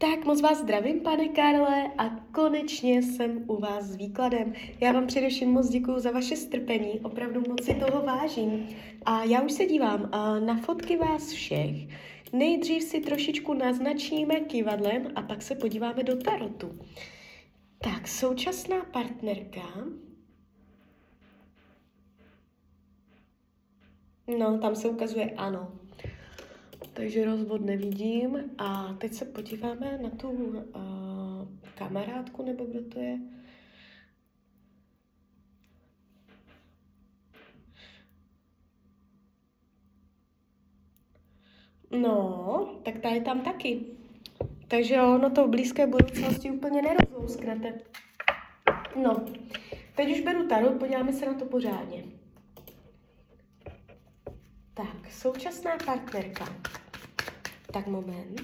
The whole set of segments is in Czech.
Tak moc vás zdravím, pane Karle, a konečně jsem u vás s výkladem. Já vám především moc děkuju za vaše strpení, opravdu moc si toho vážím. A já už se dívám na fotky vás všech. Nejdřív si trošičku naznačíme kývadlem a pak se podíváme do tarotu. Tak, současná partnerka. No, tam se ukazuje ano. Takže rozvod nevidím. A teď se podíváme na tu kamarádku, nebo kdo to je. No, tak ta je tam taky. Takže ono to v blízké budoucnosti úplně nerozlousknete. No, teď už beru tarot, podíváme se na to pořádně. Tak, současná partnerka. Tak moment.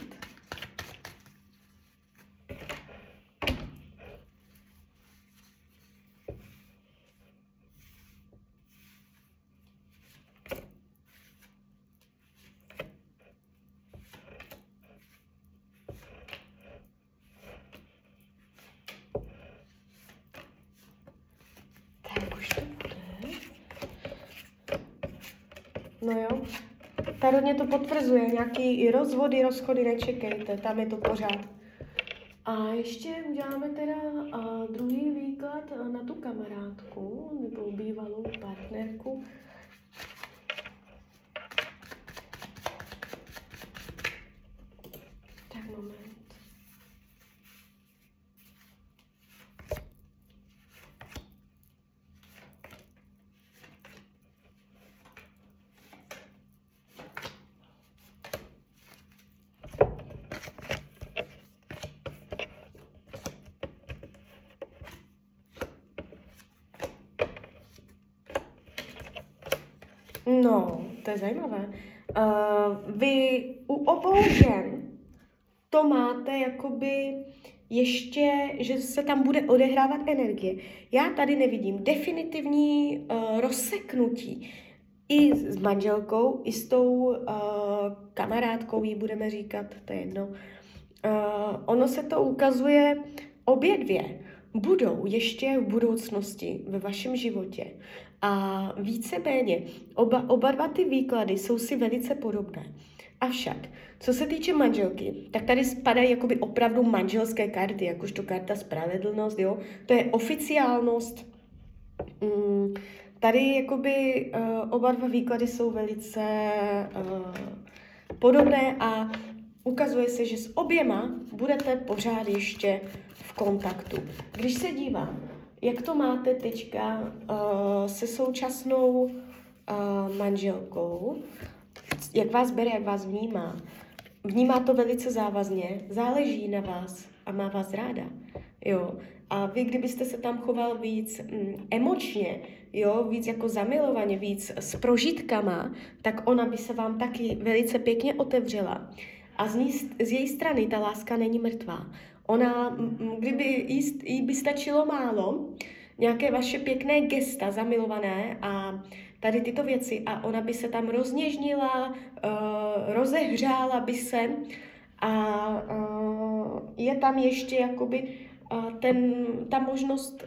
Tak už to bude. No jo. Tarot mě to potvrzuje, nějaký i rozvody, rozchody nečekejte, tam je to pořád. A ještě uděláme teda druhý výklad na tu kamarádku, nebo bývalou partnerku. Tak moment. No, to je zajímavé. Vy u obou žen to máte jakoby ještě, že se tam bude odehrávat energie. Já tady nevidím definitivní rozseknutí. I s manželkou, i s tou kamarádkou, jí budeme říkat, to je jedno. Ono se to ukazuje, obě dvě budou ještě v budoucnosti ve vašem životě. A víceméně oba dva ty výklady jsou si velice podobné. Avšak, co se týče manželky, tak tady spadají jakoby opravdu manželské karty, jakožto karta spravedlnost, jo? To je oficiálnost. Tady jakoby oba dva výklady jsou velice podobné a ukazuje se, že s oběma budete pořád ještě v kontaktu. Když se dívám, jak to máte teďka se současnou manželkou, jak vás bere, jak vás vnímá. Vnímá to velice závazně, záleží na vás a má vás ráda. Jo. A vy, kdybyste se tam choval víc emočně, jo, víc jako zamilovaně, víc s prožitkama, tak ona by se vám taky velice pěkně otevřela. A z její strany ta láska není mrtvá. Ona, kdyby jí by stačilo málo, nějaké vaše pěkné gesta zamilované a tady tyto věci a ona by se tam rozněžnila, rozehřála by se a je tam ještě jakoby ta možnost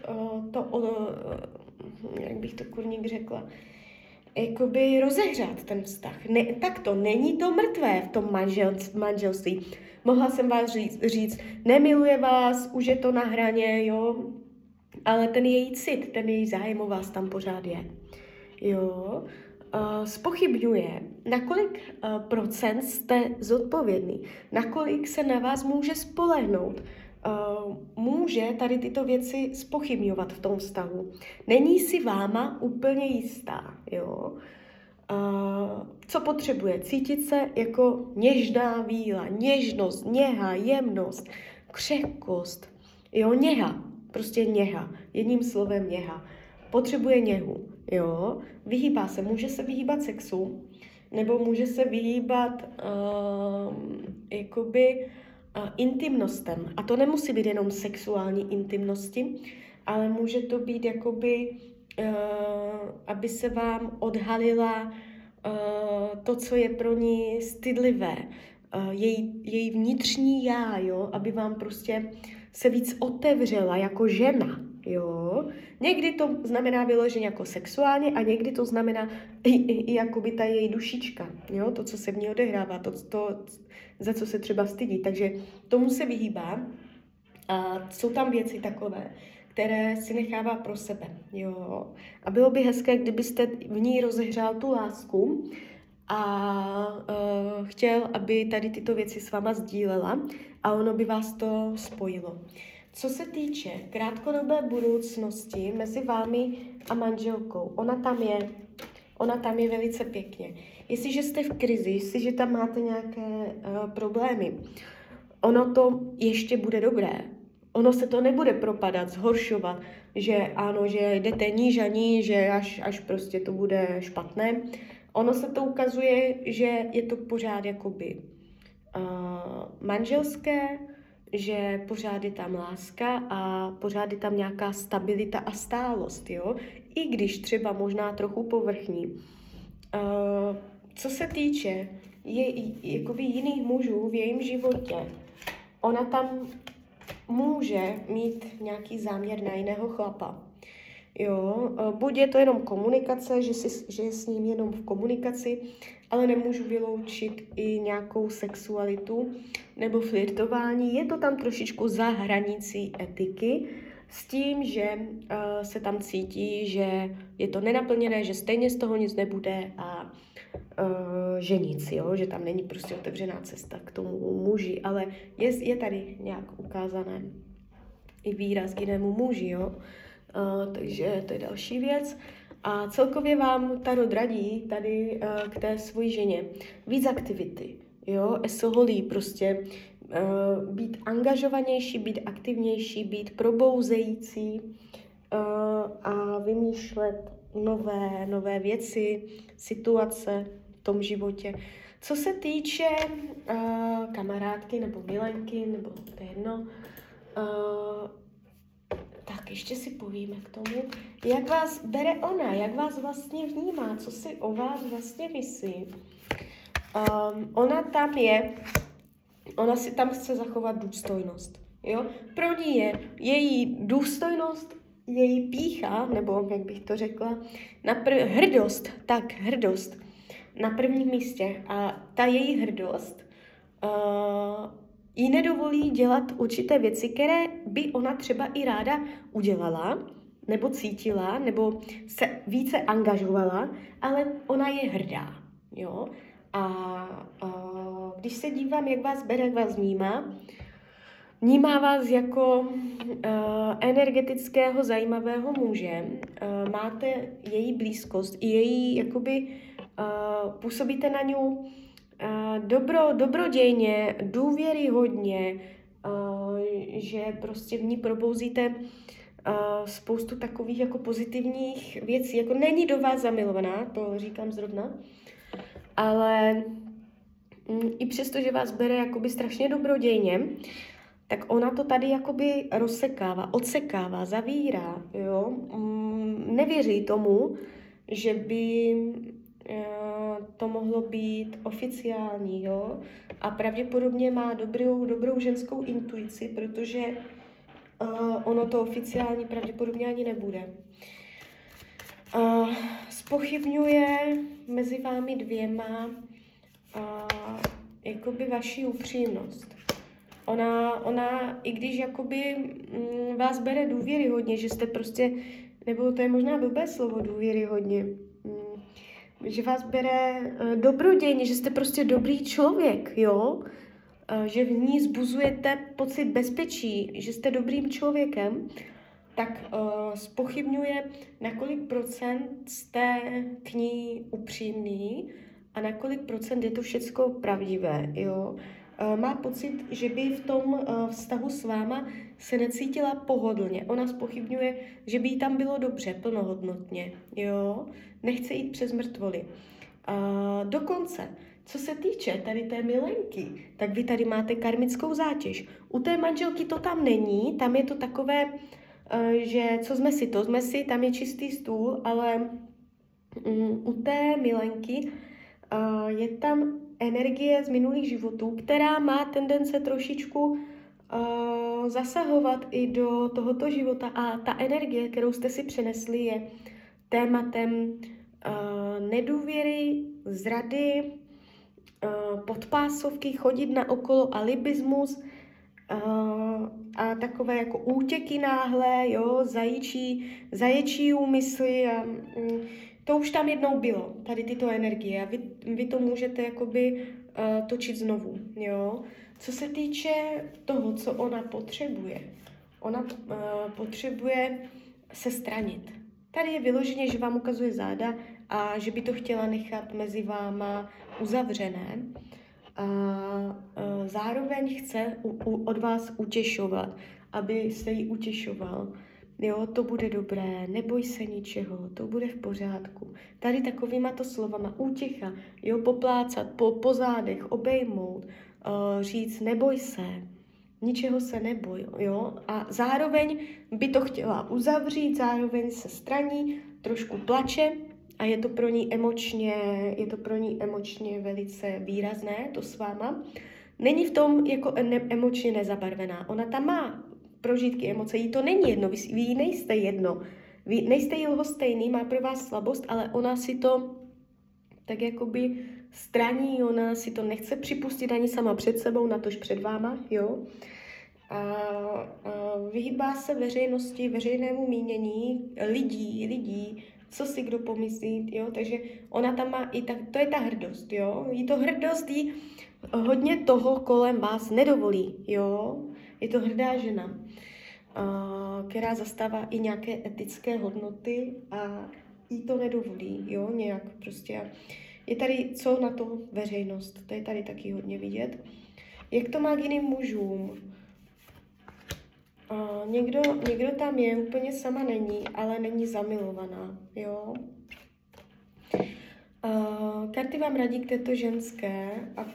jak bych to kurník řekla, jakoby rozehřát ten vztah. Tak to není to mrtvé v tom manželství. Mohla jsem vás říct, nemiluje vás, už je to na hraně, jo, ale ten její cit, ten její zájem o vás tam pořád je. Jo, zpochybňuje, na kolik procent jste zodpovědný, na kolik se na vás může spolehnout. Může tady tyto věci zpochybňovat v tom vztahu. Není si váma úplně jistá, jo. Co potřebuje? Cítit se jako něžná víla, něžnost, něha, jemnost, křehkost, jo, něha, prostě něha, jedním slovem něha. Potřebuje něhu, jo, vyhýbá se, může se vyhýbat sexu, nebo může se vyhýbat intimnostem. A to nemusí být jenom sexuální intimnosti, ale může to být jakoby, aby se vám odhalila to, co je pro ní stydlivé, její vnitřní já, jo, aby vám prostě se víc otevřela jako žena, jo. Někdy to znamená vyloženě jako sexuálně a někdy to znamená i jakoby ta její dušička, jo, to, co se v ní odehrává, to, za co se třeba stydí, takže tomu se vyhýbá a jsou tam věci takové, které si nechává pro sebe, jo. A bylo by hezké, kdybyste v ní rozehřál tu lásku a chtěl, aby tady tyto věci s váma sdílela a ono by vás to spojilo. Co se týče krátkodobé budoucnosti mezi vámi a manželkou, ona tam je velice pěkně. Jestliže jste v krizi, jestliže tam máte nějaké problémy, ono to ještě bude dobré. Ono se to nebude propadat, zhoršovat, že ano, že jdete níž a níž, že až prostě to bude špatné. Ono se to ukazuje, že je to pořád jakoby manželské, že pořád je tam láska a pořád je tam nějaká stabilita a stálost, jo? I když třeba možná trochu povrchní. Co se týče jakoby jiných mužů v jejím životě, ona tam může mít nějaký záměr na jiného chlapa. Jo, buď je to jenom komunikace, že je s ním jenom v komunikaci, ale nemůžu vyloučit i nějakou sexualitu nebo flirtování. Je to tam trošičku za hranicí etiky, s tím, že se tam cítí, že je to nenaplněné, že stejně z toho nic nebude a že nic, jo? Že tam není prostě otevřená cesta k tomu muži, ale je tady nějak ukázané i výraz k jinému muži, jo? Takže to je další věc. A celkově vám tarot radí tady k té svojí ženě víc aktivity, jo? Esoholí prostě být angažovanější, být aktivnější, být probouzející a vymýšlet nové věci, situace v tom životě. Co se týče kamarádky nebo milenky, nebo to je jedno, tak ještě si povíme k tomu, jak vás bere ona, jak vás vlastně vnímá, co si o vás vlastně myslí. Ona si tam chce zachovat důstojnost. Jo? Pro ní je její důstojnost, její pýcha, nebo jak bych to řekla, hrdost na prvním místě. A ta její hrdost jí nedovolí dělat určité věci, které by ona třeba i ráda udělala, nebo cítila, nebo se více angažovala, ale ona je hrdá. Jo? A když se dívám, jak vás bere, jak vás vnímá vás jako energetického, zajímavého muže, máte její blízkost i její, jakoby, působíte na ňu dobrodějně, důvěryhodně, že prostě v ní probouzíte spoustu takových jako pozitivních věcí, jako není do vás zamilovaná, to říkám zrovna, ale i přesto, že vás bere jakoby strašně dobrodějně, tak ona to tady jakoby rozsekává, odsekává, zavírá, jo. Nevěří tomu, že by to mohlo být oficiální, jo. A pravděpodobně má dobrou ženskou intuici, protože ono to oficiální pravděpodobně ani nebude. Zpochybňuje mezi vámi dvěma jakoby vaši upřímnost. Ona i když jakoby vás bere důvěryhodně, že jste prostě, nebo to je možná blbé slovo důvěryhodně, že vás bere dobrodějně, že jste prostě dobrý člověk, jo? Že v ní zbuzujete pocit bezpečí, že jste dobrým člověkem, tak zpochybňuje, na kolik procent jste k ní upřímný a na kolik procent je to všecko pravdivé, jo. Má pocit, že by v tom vztahu s váma se necítila pohodlně. Ona zpochybňuje, že by jí tam bylo dobře, plnohodnotně, jo. Nechce jít přes mrtvoly. Dokonce, co se týče tady té milenky, tak vy tady máte karmickou zátěž. U té manželky to tam není, tam je to takové, že co jsme si, tam je čistý stůl, ale u té milenky je tam energie z minulých životů, která má tendence trošičku zasahovat i do tohoto života a ta energie, kterou jste si přenesli, je tématem nedůvěry, zrady, podpásovky, chodit na okolo, alibismus a takové jako útěky náhle, jo, zaječí úmysly a to už tam jednou bylo, tady tyto energie a vy to můžete jakoby točit znovu, jo. Co se týče toho, co ona potřebuje se stranit. Tady je vyloženě, že vám ukazuje záda a že by to chtěla nechat mezi váma uzavřené. A zároveň chce od vás utěšovat, aby se jí utěšoval. Jo, to bude dobré, neboj se ničeho, to bude v pořádku. Tady takovýma to slovama útěcha, jo, poplácat po zádech, obejmout, říct neboj se, ničeho se neboj, jo. A zároveň by to chtěla uzavřít, zároveň se straní, trošku plače a je to pro ní emočně velice výrazné, to s váma. Není v tom jako emočně nezabarvená, ona tam má prožitky, emoce, jí to není jedno, vy jí nejste jedno, vy nejste jí lhostejný, má pro vás slabost, ale ona si to tak jakoby straní, ona si to nechce připustit ani sama před sebou, natož před váma, jo. A vyhýbá se veřejnosti, veřejnému mínění, lidí, co si kdo pomyslí, jo, takže ona tam má i tak, to je ta hrdost, jo, jí to hrdost jí hodně toho kolem vás nedovolí, jo, je to hrdá žena, která zastává i nějaké etické hodnoty a jí to nedovolí, jo, nějak prostě. Je tady co na to veřejnost, to je tady taky hodně vidět. Jak to má k jiným mužům? Někdo tam je, úplně sama není, ale není zamilovaná, jo. Karty vám radí k této ženské,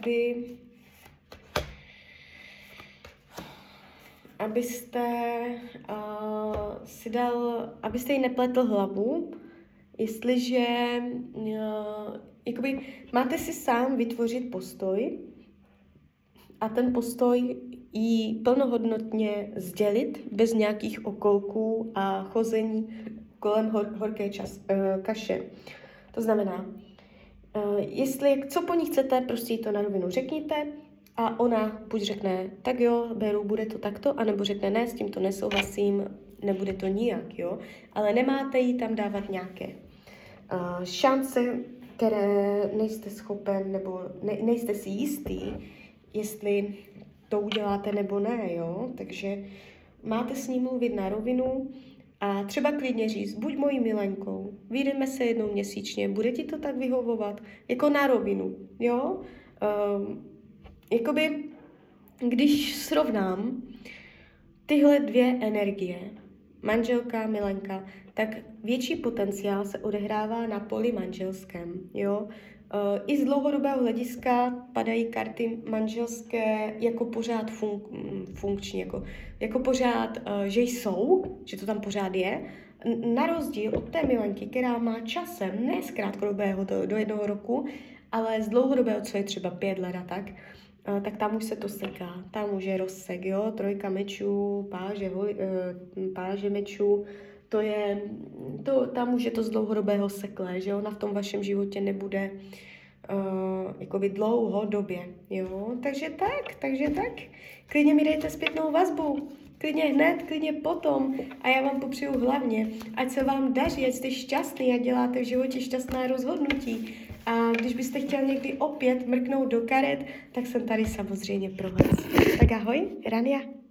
abyste jí nepletl hlavu, jestliže jakoby, máte si sám vytvořit postoj a ten postoj jí plnohodnotně sdělit bez nějakých okolků a chození kolem horké kaše. To znamená, co po ní chcete, prostě jí to na rovinu řekněte a ona buď řekne, tak jo, beru, bude to takto, anebo řekne, ne, s tím to nesouhlasím, nebude to nijak, jo. Ale nemáte jí tam dávat nějaké šance, které nejste schopen, nebo nejste si jistý, jestli to uděláte nebo ne, jo. Takže máte s ní mluvit na rovinu a třeba klidně říct, buď mojí milenkou, vyjdeme se jednou měsíčně, bude ti to tak vyhovovat, jako na rovinu, jo. Jakoby, když srovnám tyhle dvě energie, manželka, milenka, tak větší potenciál se odehrává na poli manželském, jo. I z dlouhodobého hlediska padají karty manželské jako pořád funkční, jako pořád, že jsou, že to tam pořád je, na rozdíl od té milenky, která má časem, ne z krátkodobého do 1 roku, ale z dlouhodobého, co je třeba 5 let a tak tam už se to seká, tam už je rozsek, jo, 3 mečů, páže mečů, tam už je to z dlouhodobého seklé, že ona v tom vašem životě nebude jakoby dlouhodobě, jo, takže tak, klidně mi dejte zpětnou vazbu, klidně hned, klidně potom a já vám popřeju hlavně, ať se vám daří, ať jste šťastný a děláte v životě šťastná rozhodnutí. A když byste chtěl někdy opět mrknout do karet, tak jsem tady samozřejmě pro vás. Tak ahoj, Rania.